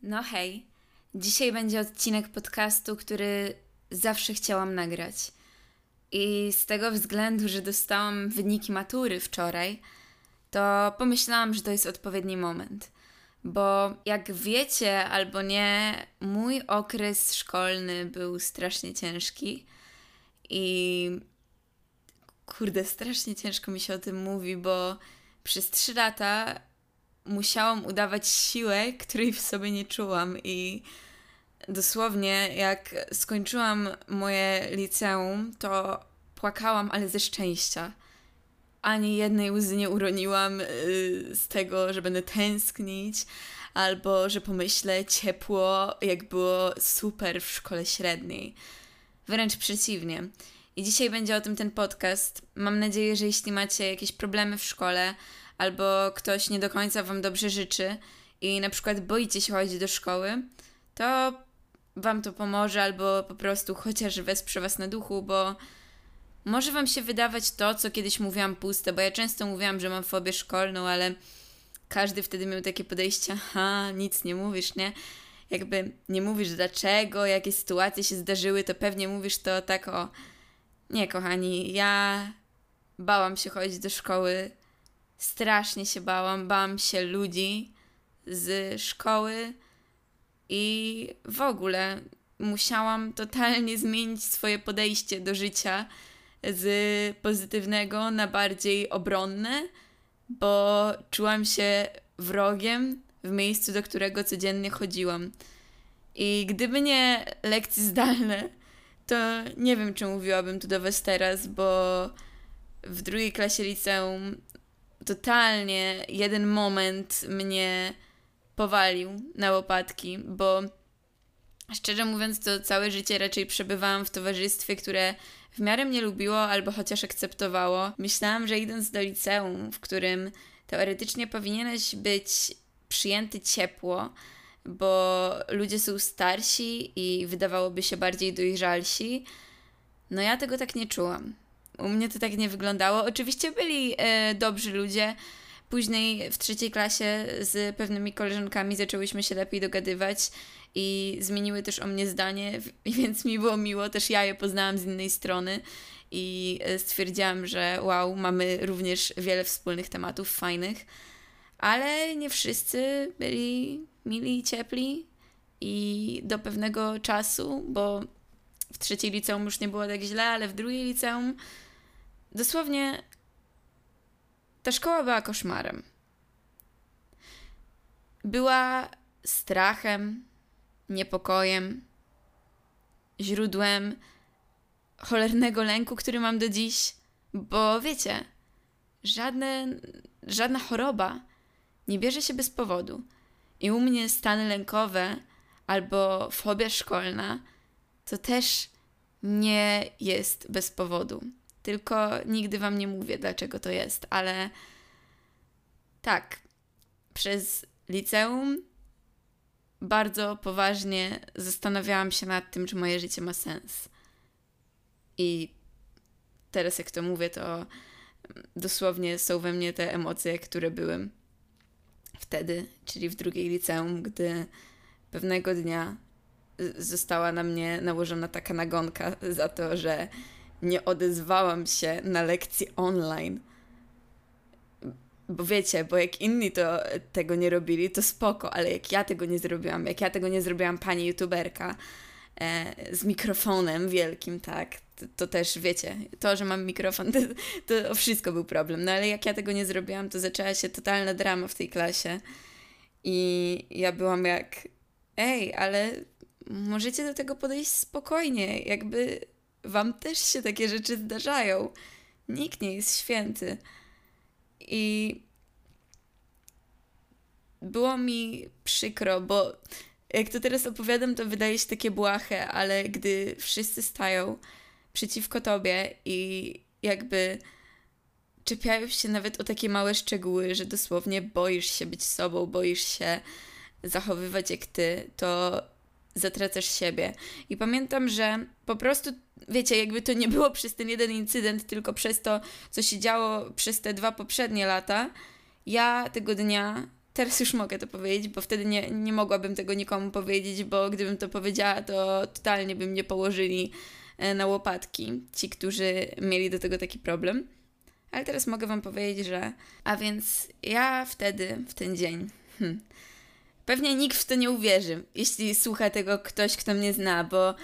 No hej, dzisiaj będzie odcinek podcastu, który zawsze chciałam nagrać. I z tego względu, że dostałam wyniki matury wczoraj, to pomyślałam, że to jest odpowiedni moment. Bo jak wiecie albo nie, mój okres szkolny był strasznie ciężki i strasznie ciężko mi się o tym mówi, bo przez 3 lata musiałam udawać siłę, której w sobie nie czułam i dosłownie jak skończyłam moje liceum, to płakałam, ale ze szczęścia. Ani jednej łzy nie uroniłam z tego, że będę tęsknić, albo że pomyślę ciepło, jak było super w szkole średniej. Wręcz przeciwnie. I dzisiaj będzie o tym ten podcast. Mam nadzieję, że jeśli macie jakieś problemy w szkole, albo ktoś nie do końca wam dobrze życzy i na przykład boicie się chodzić do szkoły, to wam to pomoże, albo po prostu chociaż wesprze was na duchu, bo może wam się wydawać to, co kiedyś mówiłam puste, bo ja często mówiłam, że mam fobię szkolną, ale każdy wtedy miał takie podejście, nic nie mówisz, nie? Jakby nie mówisz dlaczego, jakie sytuacje się zdarzyły, to pewnie mówisz to tak o... Nie, kochani, ja bałam się chodzić do szkoły, strasznie się bałam się ludzi z szkoły i w ogóle musiałam totalnie zmienić swoje podejście do życia z pozytywnego na bardziej obronne, bo czułam się wrogiem w miejscu, do którego codziennie chodziłam. I gdyby nie lekcje zdalne, to nie wiem, czy mówiłabym tu do was teraz, bo w 2. klasie liceum totalnie jeden moment mnie powalił na łopatki, bo szczerze mówiąc to całe życie raczej przebywałam w towarzystwie, które w miarę mnie lubiło albo chociaż akceptowało. Myślałam, że idąc do liceum, w którym teoretycznie powinieneś być przyjęty ciepło, bo ludzie są starsi i wydawałoby się bardziej dojrzalsi, no ja tego tak nie czułam. U mnie to tak nie wyglądało. Oczywiście byli dobrzy ludzie. Później w 3. klasie z pewnymi koleżankami zaczęłyśmy się lepiej dogadywać i zmieniły też o mnie zdanie, więc mi było miło. Też ja je poznałam z innej strony i stwierdziłam, że wow, mamy również wiele wspólnych tematów fajnych, ale nie wszyscy byli mili i ciepli i do pewnego czasu, bo w 3. liceum już nie było tak źle, ale w 2. liceum dosłownie ta szkoła była koszmarem. Była strachem, niepokojem, źródłem cholernego lęku, który mam do dziś, bo wiecie, żadna choroba nie bierze się bez powodu. I u mnie stany lękowe albo fobia szkolna to też nie jest bez powodu. Tylko nigdy wam nie mówię, dlaczego to jest, ale tak, przez liceum bardzo poważnie zastanawiałam się nad tym, czy moje życie ma sens. I teraz jak to mówię, to dosłownie są we mnie te emocje, które były wtedy, czyli w 2. liceum, gdy pewnego dnia została na mnie nałożona taka nagonka za to, że nie odezwałam się na lekcji online. Bo wiecie, bo jak inni to tego nie robili, to spoko, ale jak ja tego nie zrobiłam pani youtuberka z mikrofonem wielkim, tak, to też wiecie, to, że mam mikrofon, to wszystko był problem. No ale jak ja tego nie zrobiłam, to zaczęła się totalna drama w tej klasie i ja byłam jak, ale możecie do tego podejść spokojnie, jakby wam też się takie rzeczy zdarzają. Nikt nie jest święty. I było mi przykro, bo jak to teraz opowiadam, to wydaje się takie błahe, ale gdy wszyscy stają przeciwko tobie i jakby czepiają się nawet o takie małe szczegóły, że dosłownie boisz się być sobą, boisz się zachowywać jak ty, to zatracasz siebie. I pamiętam, że po prostu, wiecie, jakby to nie było przez ten jeden incydent, tylko przez to, co się działo przez te 2 poprzednie lata, ja tego dnia teraz już mogę to powiedzieć, bo wtedy nie mogłabym tego nikomu powiedzieć, bo gdybym to powiedziała, to totalnie by mnie położyli na łopatki ci, którzy mieli do tego taki problem. Ale teraz mogę wam powiedzieć, że... A więc ja wtedy, w ten dzień... Pewnie nikt w to nie uwierzy, jeśli słucha tego ktoś, kto mnie zna, bo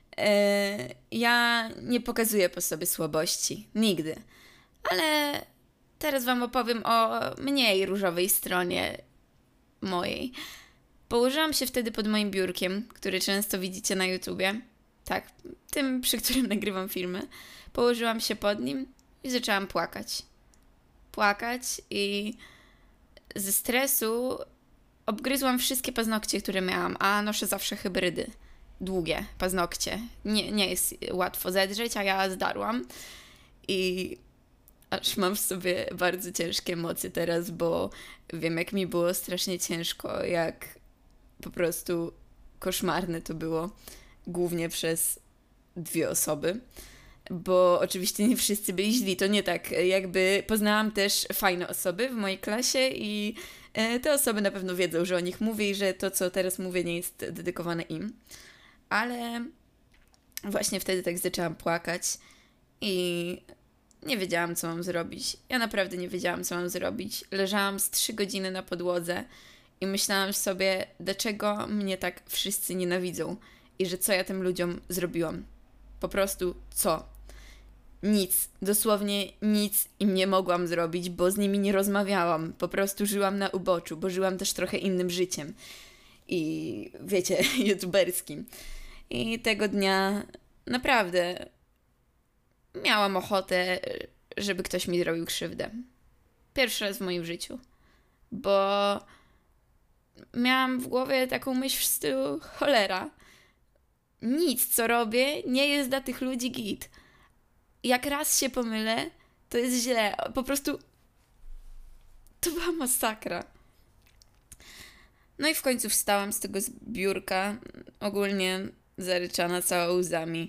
ja nie pokazuję po sobie słabości. Nigdy. Ale teraz wam opowiem o mniej różowej stronie mojej. Położyłam się wtedy pod moim biurkiem, który często widzicie na YouTubie. Tak, tym, przy którym nagrywam filmy. Położyłam się pod nim i zaczęłam płakać. Płakać i ze stresu obgryzłam wszystkie paznokcie, które miałam, a noszę zawsze hybrydy. Długie paznokcie. Nie jest łatwo zedrzeć, a ja zdarłam. I aż mam w sobie bardzo ciężkie emocje teraz, bo wiem, jak mi było strasznie ciężko, jak po prostu koszmarne to było. Głównie przez 2 osoby. Bo oczywiście nie wszyscy byli źli, to nie tak. Jakby poznałam też fajne osoby w mojej klasie i te osoby na pewno wiedzą, że o nich mówię i że to, co teraz mówię, nie jest dedykowane im. Ale właśnie wtedy tak zaczęłam płakać i nie wiedziałam, co mam zrobić. Ja naprawdę nie wiedziałam, co mam zrobić. Leżałam z 3 godziny na podłodze i myślałam sobie, dlaczego mnie tak wszyscy nienawidzą i że co ja tym ludziom zrobiłam. Po prostu co? Nic, dosłownie nic im nie mogłam zrobić, bo z nimi nie rozmawiałam. Po prostu żyłam na uboczu, bo żyłam też trochę innym życiem. I wiecie, youtuberskim. I tego dnia naprawdę miałam ochotę, żeby ktoś mi zrobił krzywdę. Pierwszy raz w moim życiu. Bo miałam w głowie taką myśl w stylu cholera. Nic, co robię, nie jest dla tych ludzi git. Jak raz się pomylę, to jest źle. Po prostu to była masakra. No i w końcu wstałam z tego biurka, ogólnie zaryczana cała łzami.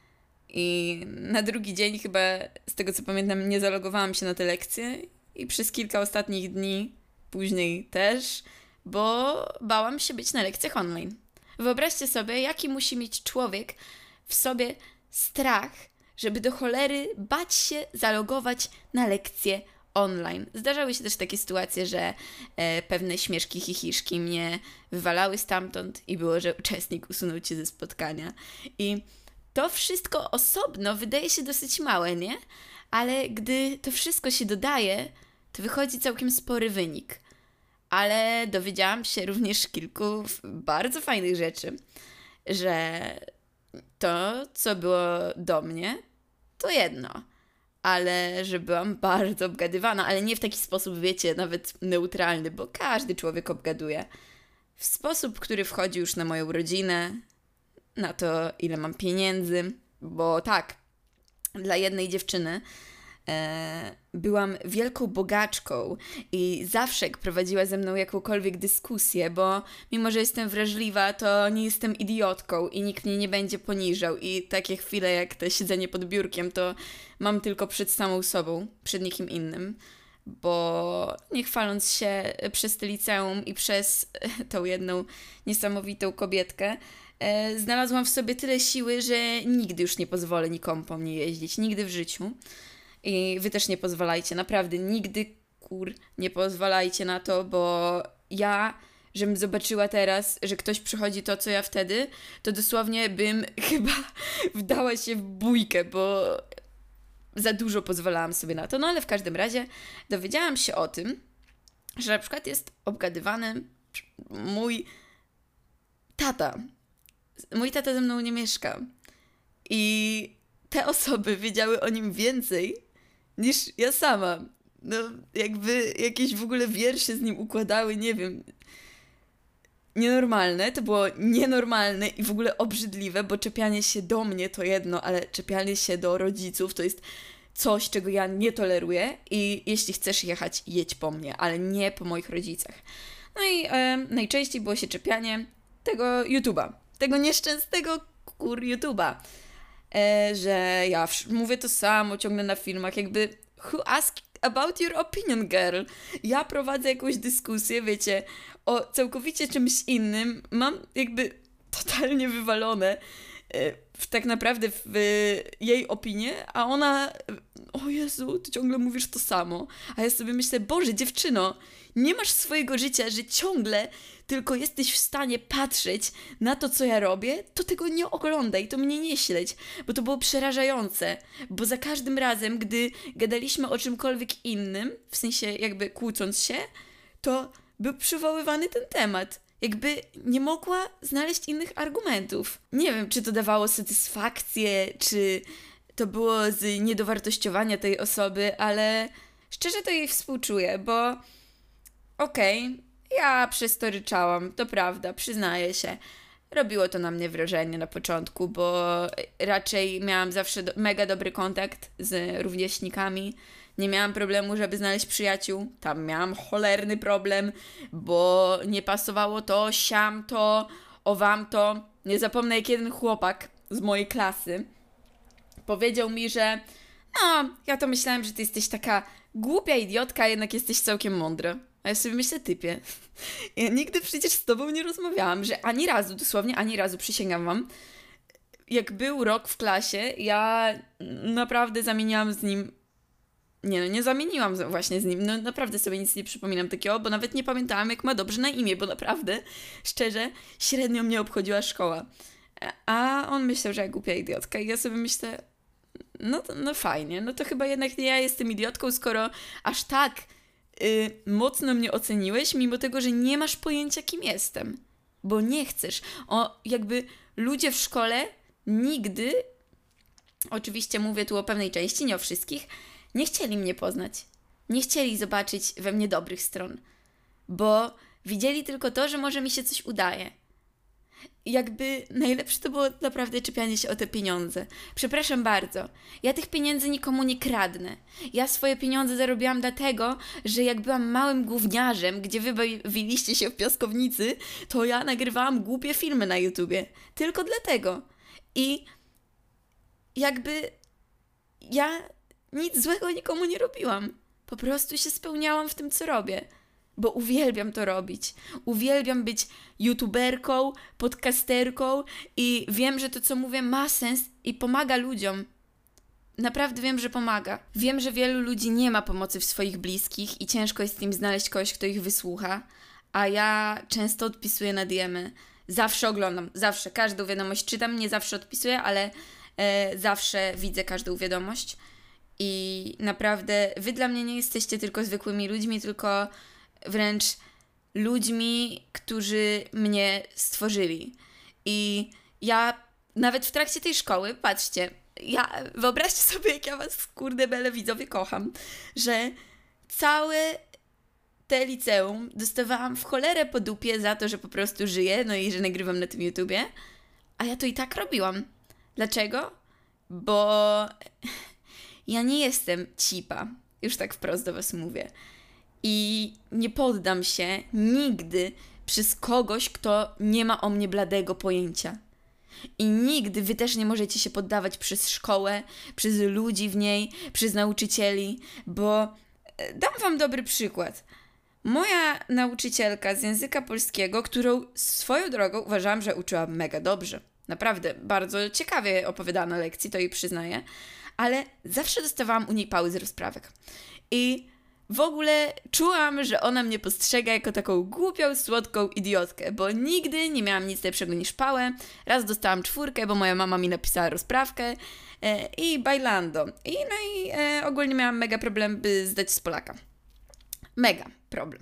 I na drugi dzień chyba, z tego co pamiętam, nie zalogowałam się na te lekcje i przez kilka ostatnich dni później też, bo bałam się być na lekcjach online. Wyobraźcie sobie, jaki musi mieć człowiek w sobie strach, żeby do cholery bać się zalogować na lekcje online. Zdarzały się też takie sytuacje, że pewne śmieszki, chichiszki mnie wywalały stamtąd i było, że uczestnik usunął cię ze spotkania. I to wszystko osobno wydaje się dosyć małe, nie? Ale gdy to wszystko się dodaje, to wychodzi całkiem spory wynik. Ale dowiedziałam się również kilku bardzo fajnych rzeczy, że to, co było do mnie, to jedno, ale że byłam bardzo obgadywana, ale nie w taki sposób, wiecie, nawet neutralny, bo każdy człowiek obgaduje. W sposób, który wchodzi już na moją rodzinę, na to, ile mam pieniędzy, bo tak, dla jednej dziewczyny byłam wielką bogaczką i zawsze jak prowadziła ze mną jakąkolwiek dyskusję, bo mimo, że jestem wrażliwa, to nie jestem idiotką i nikt mnie nie będzie poniżał i takie chwile jak to siedzenie pod biurkiem, to mam tylko przed samą sobą, przed nikim innym, bo nie chwaląc się przez te liceum i przez tą jedną niesamowitą kobietkę, znalazłam w sobie tyle siły, że nigdy już nie pozwolę nikomu po mnie jeździć, nigdy w życiu. I wy też nie pozwalajcie, naprawdę nigdy, nie pozwalajcie na to, bo ja, żebym zobaczyła teraz, że ktoś przychodzi to, co ja wtedy, to dosłownie bym chyba wdała się w bójkę, bo za dużo pozwalałam sobie na to. No ale w każdym razie dowiedziałam się o tym, że na przykład jest obgadywany mój tata. Mój tata ze mną nie mieszka. I te osoby wiedziały o nim więcej niż ja sama. No, jakby jakieś w ogóle wiersze z nim układały, nie wiem. Nienormalne, to było nienormalne i w ogóle obrzydliwe, bo czepianie się do mnie to jedno, ale czepianie się do rodziców to jest coś, czego ja nie toleruję i jeśli chcesz jechać, jedź po mnie, ale nie po moich rodzicach. No i najczęściej było się czepianie tego YouTube'a, tego nieszczęsnego YouTube'a. Że ja mówię to samo, ciągle na filmach, jakby about your opinion, girl. Ja prowadzę jakąś dyskusję, wiecie, o całkowicie czymś innym. Mam jakby totalnie wywalone tak naprawdę w jej opinię, a ona, o Jezu, ty ciągle mówisz to samo. A ja sobie myślę, Boże, dziewczyno, nie masz swojego życia, że ciągle tylko jesteś w stanie patrzeć na to, co ja robię, to tego nie oglądaj, to mnie nie śledź, bo to było przerażające, bo za każdym razem, gdy gadaliśmy o czymkolwiek innym, w sensie jakby kłócąc się, to był przywoływany ten temat. Jakby nie mogła znaleźć innych argumentów. Nie wiem, czy to dawało satysfakcję, czy to było z niedowartościowania tej osoby, ale szczerze to jej współczuję, bo okej, ja przez to ryczałam, to prawda, przyznaję się. Robiło to na mnie wrażenie na początku, bo raczej miałam zawsze mega dobry kontakt z rówieśnikami. Nie miałam problemu, żeby znaleźć przyjaciół. Tam miałam cholerny problem, bo nie pasowało to, siam to, owam to. Nie zapomnę, jak jeden chłopak z mojej klasy powiedział mi, że no, ja to myślałem, że ty jesteś taka głupia idiotka, a jednak jesteś całkiem mądra. A ja sobie myślę, typie, ja nigdy przecież z tobą nie rozmawiałam, że ani razu, dosłownie ani razu, przysięgam wam, jak był rok w klasie, ja naprawdę zamieniłam z nim, nie zamieniłam właśnie z nim, no naprawdę sobie nic nie przypominam takiego, bo nawet nie pamiętałam, jak ma dobrze na imię, bo naprawdę, szczerze, średnio mnie obchodziła szkoła. A on myślał, że ja głupia idiotka i ja sobie myślę, no fajnie, no to chyba jednak nie ja jestem idiotką, skoro aż tak mocno mnie oceniłeś, mimo tego, że nie masz pojęcia, kim jestem. Bo nie chcesz. Jakby ludzie w szkole nigdy, oczywiście mówię tu o pewnej części, nie o wszystkich, nie chcieli mnie poznać. Nie chcieli zobaczyć we mnie dobrych stron. Bo widzieli tylko to, że może mi się coś udaje. Jakby najlepsze to było naprawdę czepianie się o te pieniądze. Przepraszam bardzo, ja tych pieniędzy nikomu nie kradnę. Ja swoje pieniądze zarobiłam dlatego, że jak byłam małym gówniarzem, gdzie wy bawiliście się w piaskownicy, to ja nagrywałam głupie filmy na YouTubie. Tylko dlatego. I jakby ja nic złego nikomu nie robiłam. Po prostu się spełniałam w tym, co robię. Bo uwielbiam to robić. Uwielbiam być youtuberką, podcasterką i wiem, że to, co mówię, ma sens i pomaga ludziom. Naprawdę wiem, że pomaga. Wiem, że wielu ludzi nie ma pomocy w swoich bliskich i ciężko jest im znaleźć kogoś, kto ich wysłucha, a ja często odpisuję na DM-y. Zawsze oglądam, zawsze. Każdą wiadomość czytam, nie zawsze odpisuję, ale zawsze widzę każdą wiadomość. I naprawdę wy dla mnie nie jesteście tylko zwykłymi ludźmi, tylko wręcz ludźmi, którzy mnie stworzyli. I ja nawet w trakcie tej szkoły, patrzcie, wyobraźcie sobie, jak ja was, kurde bele widzowie, kocham, że całe te liceum dostawałam w cholerę po dupie za to, że po prostu żyję, no i że nagrywam na tym YouTubie, a ja to i tak robiłam. Dlaczego? Bo ja nie jestem cipa, już tak wprost do was mówię. I nie poddam się nigdy przez kogoś, kto nie ma o mnie bladego pojęcia. I nigdy wy też nie możecie się poddawać przez szkołę, przez ludzi w niej, przez nauczycieli, bo dam wam dobry przykład. Moja nauczycielka z języka polskiego, którą swoją drogą uważałam, że uczyła mega dobrze. Naprawdę, bardzo ciekawie opowiadała na lekcji, to jej przyznaję, ale zawsze dostawałam u niej pały z rozprawek. I w ogóle czułam, że ona mnie postrzega jako taką głupią, słodką idiotkę, bo nigdy nie miałam nic lepszego niż pałę. Raz dostałam 4, bo moja mama mi napisała rozprawkę i bailando. I ogólnie miałam mega problem, by zdać z Polaka. Mega problem.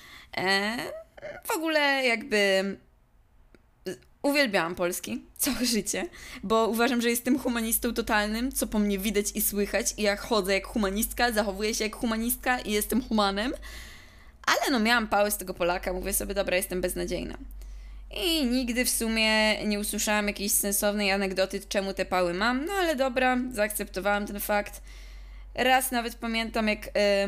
W ogóle jakby uwielbiałam polski całe życie, bo uważam, że jestem humanistą totalnym, co po mnie widać i słychać i ja chodzę jak humanistka, zachowuję się jak humanistka i jestem humanem, ale miałam pałę z tego Polaka, mówię sobie, dobra, jestem beznadziejna. I nigdy w sumie nie usłyszałam jakiejś sensownej anegdoty, czemu te pały mam, no ale dobra, zaakceptowałam ten fakt. Raz nawet pamiętam, jak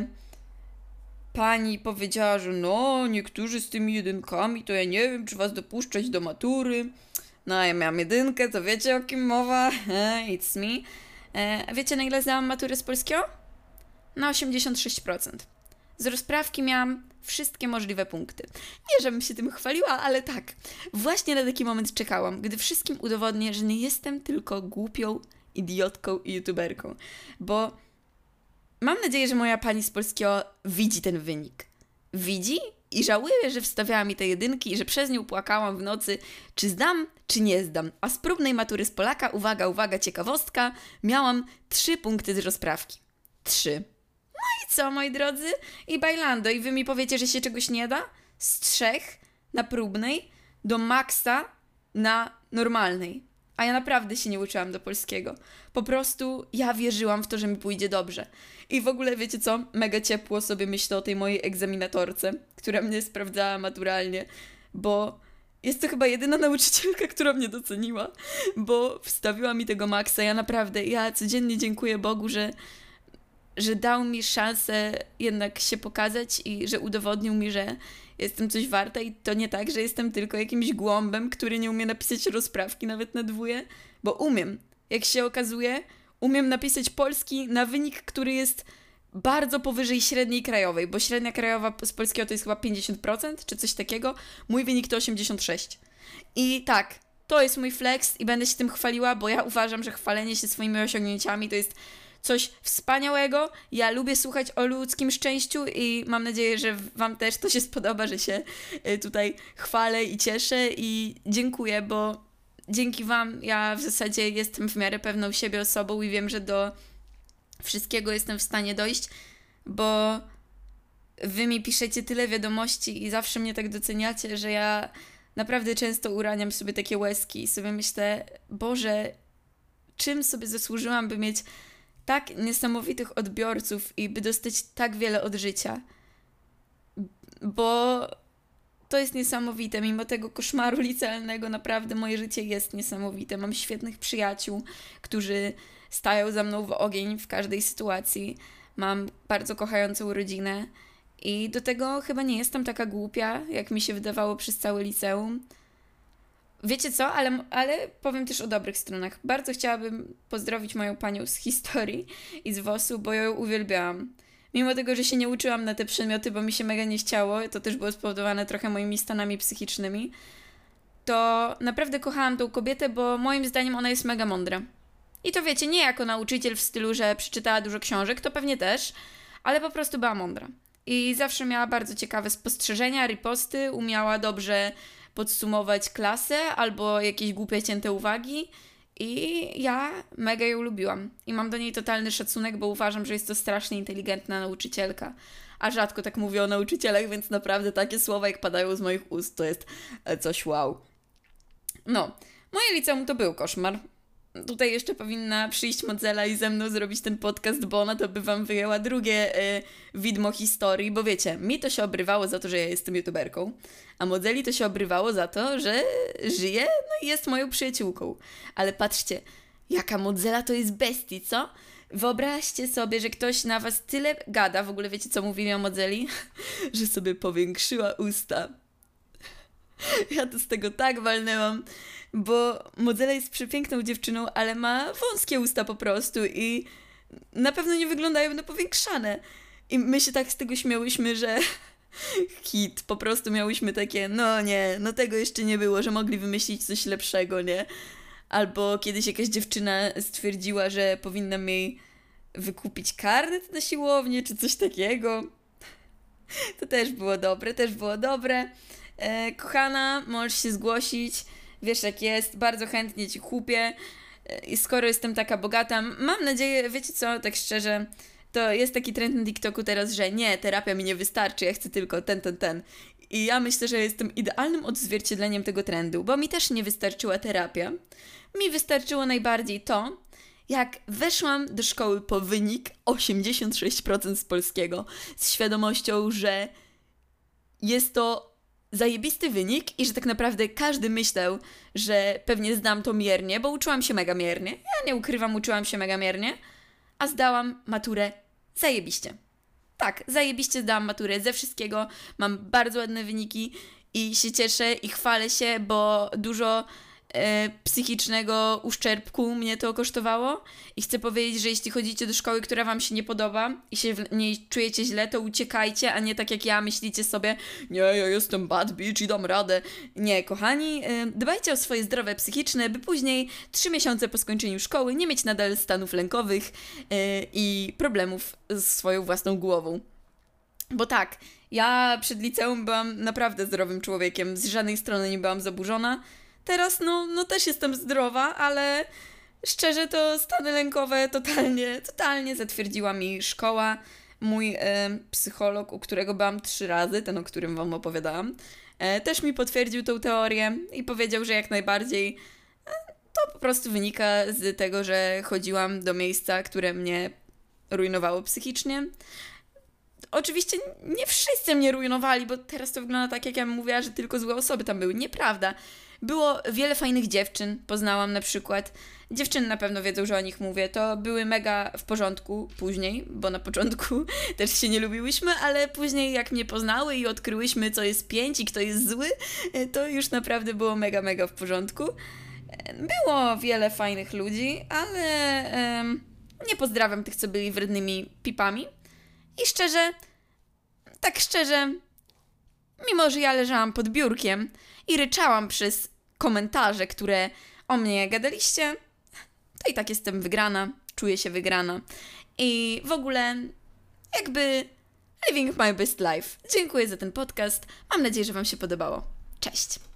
pani powiedziała, że niektórzy z tymi jedynkami, to ja nie wiem, czy was dopuszczać do matury. No, ja miałam 1, to wiecie, o kim mowa? It's me. A wiecie, na ile zdałam maturę z polskiego? na 86%. Z rozprawki miałam wszystkie możliwe punkty. Nie, żebym się tym chwaliła, ale tak. Właśnie na taki moment czekałam, gdy wszystkim udowodnię, że nie jestem tylko głupią idiotką i youtuberką. Bo mam nadzieję, że moja pani z polskiego widzi ten wynik. Widzi i żałuję, że wstawiała mi te jedynki i że przez nią płakałam w nocy, czy zdam, czy nie zdam. A z próbnej matury z Polaka, uwaga, ciekawostka, miałam 3 punkty z rozprawki. 3. I co, moi drodzy? I bailando. I wy mi powiecie, że się czegoś nie da? Z 3 na próbnej do maksa na normalnej. A ja naprawdę się nie uczyłam do polskiego. Po prostu ja wierzyłam w to, że mi pójdzie dobrze. I w ogóle wiecie co? Mega ciepło sobie myślę o tej mojej egzaminatorce, która mnie sprawdzała maturalnie, bo jest to chyba jedyna nauczycielka, która mnie doceniła, bo wstawiła mi tego maksa. Ja codziennie dziękuję Bogu, że dał mi szansę jednak się pokazać i że udowodnił mi, że jestem coś warta i to nie tak, że jestem tylko jakimś głąbem, który nie umie napisać rozprawki nawet na 2, bo umiem. Jak się okazuje, umiem napisać polski na wynik, który jest bardzo powyżej średniej krajowej, bo średnia krajowa z polskiego to jest chyba 50% czy coś takiego. Mój wynik to 86%. I tak, to jest mój flex i będę się tym chwaliła, bo ja uważam, że chwalenie się swoimi osiągnięciami to jest coś wspaniałego. Ja lubię słuchać o ludzkim szczęściu i mam nadzieję, że wam też to się spodoba, że się tutaj chwalę i cieszę i dziękuję, bo dzięki wam ja w zasadzie jestem w miarę pewną siebie osobą i wiem, że do wszystkiego jestem w stanie dojść, bo wy mi piszecie tyle wiadomości i zawsze mnie tak doceniacie, że ja naprawdę często uraniam sobie takie łezki i sobie myślę, Boże, czym sobie zasłużyłam, by mieć tak niesamowitych odbiorców i by dostać tak wiele od życia. Bo to jest niesamowite. Mimo tego koszmaru licealnego naprawdę moje życie jest niesamowite. Mam świetnych przyjaciół, którzy stają za mną w ogień w każdej sytuacji. Mam bardzo kochającą rodzinę i do tego chyba nie jestem taka głupia, jak mi się wydawało przez całe liceum. Wiecie co, ale powiem też o dobrych stronach. Bardzo chciałabym pozdrowić moją panią z historii i z WOS-u, bo ją uwielbiałam. Mimo tego, że się nie uczyłam na te przedmioty, bo mi się mega nie chciało, to też było spowodowane trochę moimi stanami psychicznymi, to naprawdę kochałam tą kobietę, bo moim zdaniem ona jest mega mądra. I to wiecie, nie jako nauczyciel w stylu, że przeczytała dużo książek, to pewnie też, ale po prostu była mądra. I zawsze miała bardzo ciekawe spostrzeżenia, riposty, umiała dobrze podsumować klasę albo jakieś głupie cięte uwagi i ja mega ją lubiłam. I mam do niej totalny szacunek, bo uważam, że jest to strasznie inteligentna nauczycielka. A rzadko tak mówię o nauczycielach, więc naprawdę takie słowa jak padają z moich ust to jest coś wow. No, moje liceum to był koszmar. Tutaj jeszcze powinna przyjść Modzela i ze mną zrobić ten podcast, bo ona to by wam wyjęła drugie widmo historii, bo wiecie, mi to się obrywało za to, że ja jestem youtuberką, a Modzeli to się obrywało za to, że żyje, no i jest moją przyjaciółką. Ale patrzcie, jaka Modzela to jest bestii, co? Wyobraźcie sobie, że ktoś na was tyle gada, w ogóle wiecie co mówili o Modzeli? Że sobie powiększyła usta. Ja to z tego tak walnęłam, bo Modzela jest przepiękną dziewczyną, ale ma wąskie usta po prostu i na pewno nie wyglądają na powiększane. I my się tak z tego śmiałyśmy, że hit, po prostu miałyśmy takie, no nie, no tego jeszcze nie było, że mogli wymyślić coś lepszego, nie? Albo kiedyś jakaś dziewczyna stwierdziła, że powinnam jej wykupić karnet na siłownię, czy coś takiego. To też było dobre. Kochana, możesz się zgłosić, wiesz jak jest, bardzo chętnie ci kupię i skoro jestem taka bogata, mam nadzieję, wiecie co, tak szczerze, to jest taki trend na TikToku teraz, że nie, terapia mi nie wystarczy, ja chcę tylko ten. I ja myślę, że jestem idealnym odzwierciedleniem tego trendu, bo mi też nie wystarczyła terapia. Mi wystarczyło najbardziej to, jak weszłam do szkoły po wynik 86% z polskiego, z świadomością, że jest to zajebisty wynik i że tak naprawdę każdy myślał, że pewnie zdam to miernie, bo uczyłam się mega miernie. Ja nie ukrywam, uczyłam się mega miernie, a zdałam maturę zajebiście. Tak, zajebiście zdałam maturę ze wszystkiego, mam bardzo ładne wyniki i się cieszę i chwalę się, bo dużo psychicznego uszczerbku mnie to kosztowało i chcę powiedzieć, że jeśli chodzicie do szkoły, która wam się nie podoba i się w niej czujecie źle, to uciekajcie, a nie tak jak ja myślicie sobie, nie, ja jestem bad bitch i dam radę. Nie, kochani, dbajcie o swoje zdrowie psychiczne, by później 3 miesiące po skończeniu szkoły nie mieć nadal stanów lękowych i problemów z swoją własną głową. Bo tak, ja przed liceum byłam naprawdę zdrowym człowiekiem, z żadnej strony nie byłam zaburzona. Teraz no też jestem zdrowa, ale szczerze to stany lękowe totalnie zatwierdziła mi szkoła. Mój psycholog, u którego byłam 3 razy, ten o którym wam opowiadałam, też mi potwierdził tą teorię i powiedział, że jak najbardziej to po prostu wynika z tego, że chodziłam do miejsca, które mnie rujnowało psychicznie. Oczywiście nie wszyscy mnie rujnowali, bo teraz to wygląda tak, jak ja bym mówiła, że tylko złe osoby tam były. Nieprawda. Było wiele fajnych dziewczyn, poznałam na przykład. Dziewczyny na pewno wiedzą, że o nich mówię. To były mega w porządku później, bo na początku też się nie lubiłyśmy, ale później jak mnie poznały i odkryłyśmy, co jest 5 i kto jest zły, to już naprawdę było mega w porządku. Było wiele fajnych ludzi, ale nie pozdrawiam tych, co byli wrednymi pipami. I szczerze, mimo że ja leżałam pod biurkiem i ryczałam przez komentarze, które o mnie gadaliście, to i tak jestem wygrana, czuję się wygrana. I w ogóle jakby living my best life. Dziękuję za ten podcast. Mam nadzieję, że wam się podobało. Cześć!